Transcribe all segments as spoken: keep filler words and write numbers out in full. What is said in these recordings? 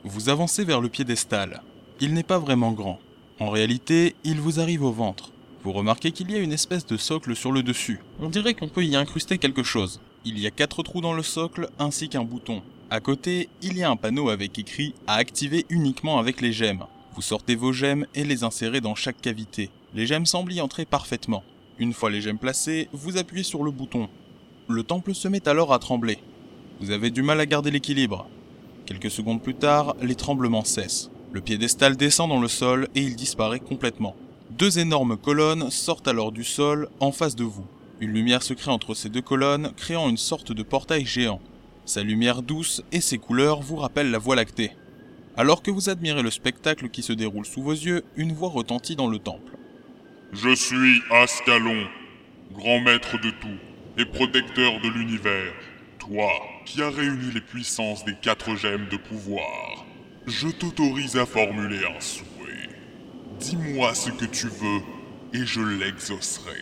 Vous avancez vers le piédestal. Il n'est pas vraiment grand. En réalité, il vous arrive au ventre. Vous remarquez qu'il y a une espèce de socle sur le dessus. On dirait qu'on peut y incruster quelque chose. Il y a quatre trous dans le socle ainsi qu'un bouton. À côté, il y a un panneau avec écrit « À activer uniquement avec les gemmes ». Vous sortez vos gemmes et les insérez dans chaque cavité. Les gemmes semblent y entrer parfaitement. Une fois les gemmes placées, vous appuyez sur le bouton. Le temple se met alors à trembler. Vous avez du mal à garder l'équilibre. Quelques secondes plus tard, les tremblements cessent. Le piédestal descend dans le sol et il disparaît complètement. Deux énormes colonnes sortent alors du sol en face de vous. Une lumière se crée entre ces deux colonnes, créant une sorte de portail géant. Sa lumière douce et ses couleurs vous rappellent la Voie lactée. Alors que vous admirez le spectacle qui se déroule sous vos yeux, une voix retentit dans le temple. « Je suis Ascalon, grand maître de tout et protecteur de l'univers. Toi, qui as réuni les puissances des quatre gemmes de pouvoir, je t'autorise à formuler un souhait. Dis-moi ce que tu veux, et je l'exaucerai. »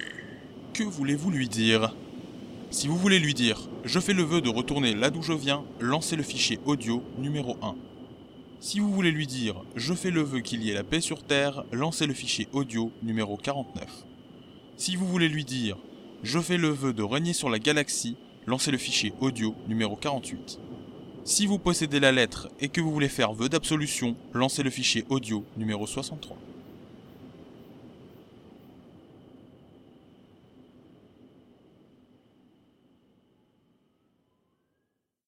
Que voulez-vous lui dire ? Si vous voulez lui dire « Je fais le vœu de retourner là d'où je viens », lancez le fichier audio numéro un. Si vous voulez lui dire « Je fais le vœu qu'il y ait la paix sur Terre », lancez le fichier audio numéro quarante-neuf. Si vous voulez lui dire « Je fais le vœu de régner sur la galaxie », lancez le fichier audio numéro quarante-huit. Si vous possédez la lettre et que vous voulez faire vœu d'absolution, lancez le fichier audio numéro soixante-trois.